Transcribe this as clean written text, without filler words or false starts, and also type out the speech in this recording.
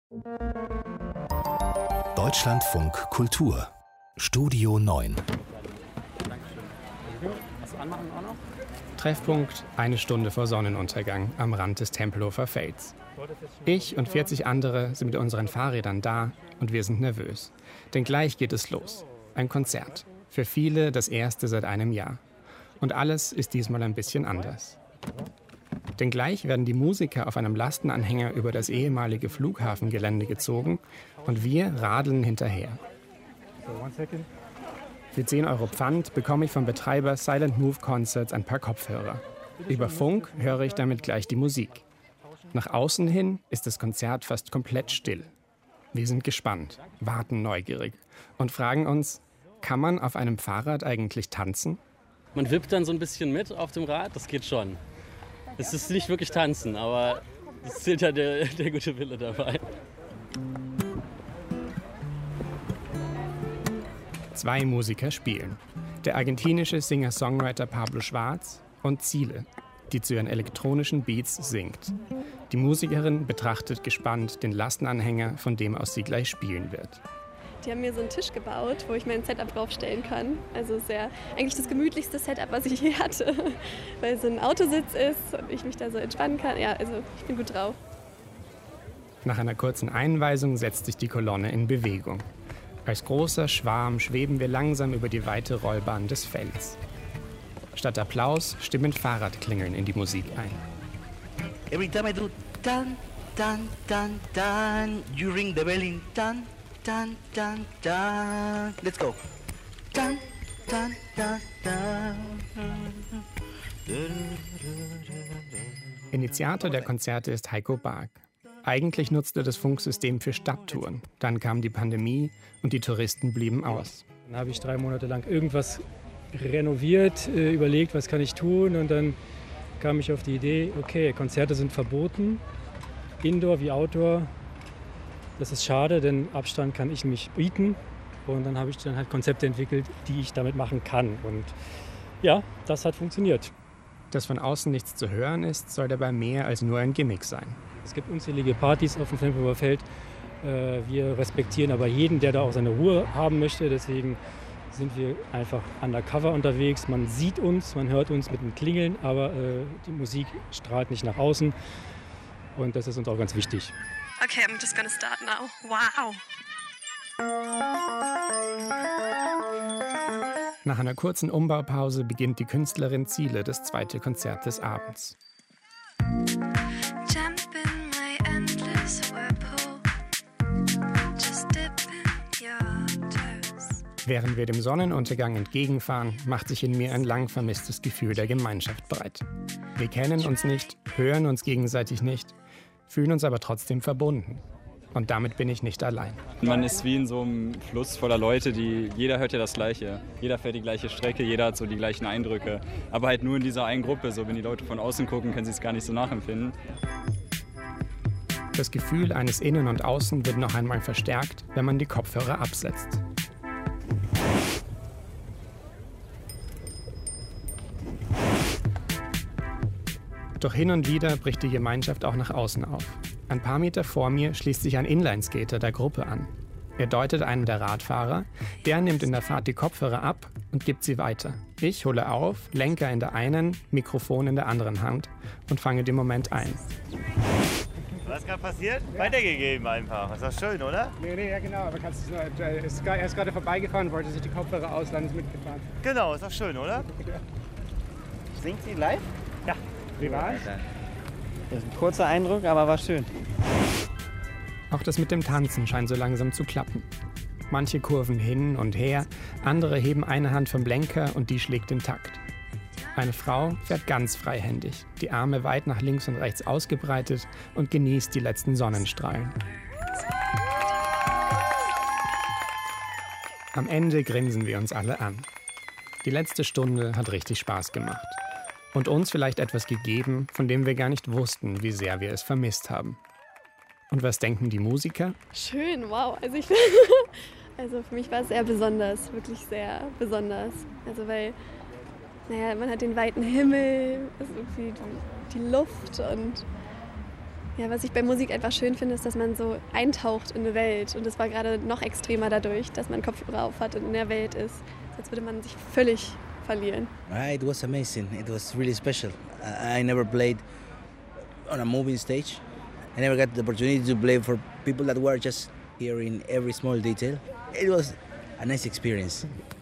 Deutschlandfunk Kultur Studio 9. Treffpunkt 1 Stunde vor Sonnenuntergang am Rand des Tempelhofer Felds. Ich und 40 andere sind mit unseren Fahrrädern da und wir sind nervös. Denn gleich geht es los. Ein Konzert. Für viele das erste seit einem Jahr. Und alles ist diesmal ein bisschen anders. Denn gleich werden die Musiker auf einem Lastenanhänger über das ehemalige Flughafengelände gezogen und wir radeln hinterher. Für 10 € Pfand bekomme ich vom Betreiber Silent Move Concerts ein paar Kopfhörer. Über Funk höre ich damit gleich die Musik. Nach außen hin ist das Konzert fast komplett still. Wir sind gespannt, warten neugierig und fragen uns, kann man auf einem Fahrrad eigentlich tanzen? Man wippt dann so ein bisschen mit auf dem Rad, das geht schon. Es ist nicht wirklich tanzen, aber es zählt ja der gute Wille dabei. 2 Musiker spielen. Der argentinische Singer-Songwriter Pablo Schwarz und Ziele, die zu ihren elektronischen Beats singt. Die Musikerin betrachtet gespannt den Lastenanhänger, von dem aus sie gleich spielen wird. Die haben mir so einen Tisch gebaut, wo ich mein Setup draufstellen kann. Also eigentlich das gemütlichste Setup, was ich je hatte. Weil so ein Autositz ist und ich mich da so entspannen kann. Ja, also ich bin gut drauf. Nach einer kurzen Einweisung setzt sich die Kolonne in Bewegung. Als großer Schwarm schweben wir langsam über die weite Rollbahn des Felds. Statt Applaus stimmen Fahrradklingeln in die Musik ein. Every time I do dun, dun, dun, dun, you ring the bell in dun, dun, dun, dun. Let's go. Dun, dun, dun, dun. Initiator der Konzerte ist Heiko Bark. Eigentlich nutzte das Funksystem für Stadttouren. Dann kam die Pandemie und die Touristen blieben aus. Dann habe ich 3 Monate lang irgendwas renoviert, überlegt, was kann ich tun. Und dann kam ich auf die Idee, okay, Konzerte sind verboten, Indoor wie Outdoor. Das ist schade, denn Abstand kann ich nicht bieten. Und dann habe ich dann halt Konzepte entwickelt, die ich damit machen kann. Und ja, das hat funktioniert. Dass von außen nichts zu hören ist, soll dabei mehr als nur ein Gimmick sein. Es gibt unzählige Partys auf dem Tempelhofer Feld. Wir respektieren aber jeden, der da auch seine Ruhe haben möchte. Deswegen sind wir einfach undercover unterwegs. Man sieht uns, man hört uns mit dem Klingeln, aber die Musik strahlt nicht nach außen. Und das ist uns auch ganz wichtig. Okay, I'm just gonna start now. Wow. Nach einer kurzen Umbaupause beginnt die Künstlerin Ziele das zweite Konzert des Abends. Während wir dem Sonnenuntergang entgegenfahren, macht sich in mir ein lang vermisstes Gefühl der Gemeinschaft breit. Wir kennen uns nicht, hören uns gegenseitig nicht, fühlen uns aber trotzdem verbunden. Und damit bin ich nicht allein. Man ist wie in so einem Fluss voller Leute, jeder hört ja das Gleiche. Jeder fährt die gleiche Strecke, jeder hat so die gleichen Eindrücke. Aber halt nur in dieser einen Gruppe. So, wenn die Leute von außen gucken, können sie es gar nicht so nachempfinden. Das Gefühl eines Innen und Außen wird noch einmal verstärkt, wenn man die Kopfhörer absetzt. Doch hin und wieder bricht die Gemeinschaft auch nach außen auf. Ein paar Meter vor mir schließt sich ein Inlineskater der Gruppe an. Er deutet einen der Radfahrer, der nimmt in der Fahrt die Kopfhörer ab und gibt sie weiter. Ich hole auf, Lenker in der einen, Mikrofon in der anderen Hand und fange den Moment ein. Was ist gerade passiert? Ja. Weitergegeben einfach. Ist das schön, oder? Nee, ja genau, aber er ist gerade vorbeigefahren, wollte sich die Kopfhörer ausleihen, ist mitgefahren. Genau, ist doch schön, oder? Singt sie live? Ja. Wie war's? Das ist ein kurzer Eindruck, aber war schön. Auch das mit dem Tanzen scheint so langsam zu klappen. Manche kurven hin und her, andere heben eine Hand vom Lenker und die schlägt den Takt. Eine Frau fährt ganz freihändig, die Arme weit nach links und rechts ausgebreitet und genießt die letzten Sonnenstrahlen. Am Ende grinsen wir uns alle an. Die letzte Stunde hat richtig Spaß gemacht. Und uns vielleicht etwas gegeben, von dem wir gar nicht wussten, wie sehr wir es vermisst haben. Und was denken die Musiker? Schön, wow. Also für mich war es sehr besonders, wirklich sehr besonders. Also weil, man hat den weiten Himmel, also irgendwie die Luft und Ja, was ich bei Musik einfach schön finde, ist, dass man so eintaucht in eine Welt. Und das war gerade noch extremer dadurch, dass man Kopfhörer auf hat und in der Welt ist. Als würde man sich völlig verlieren. It was amazing. It was really special. I never played on a moving stage. I never got the opportunity to play for people that were just hearing every small detail. It was a nice experience.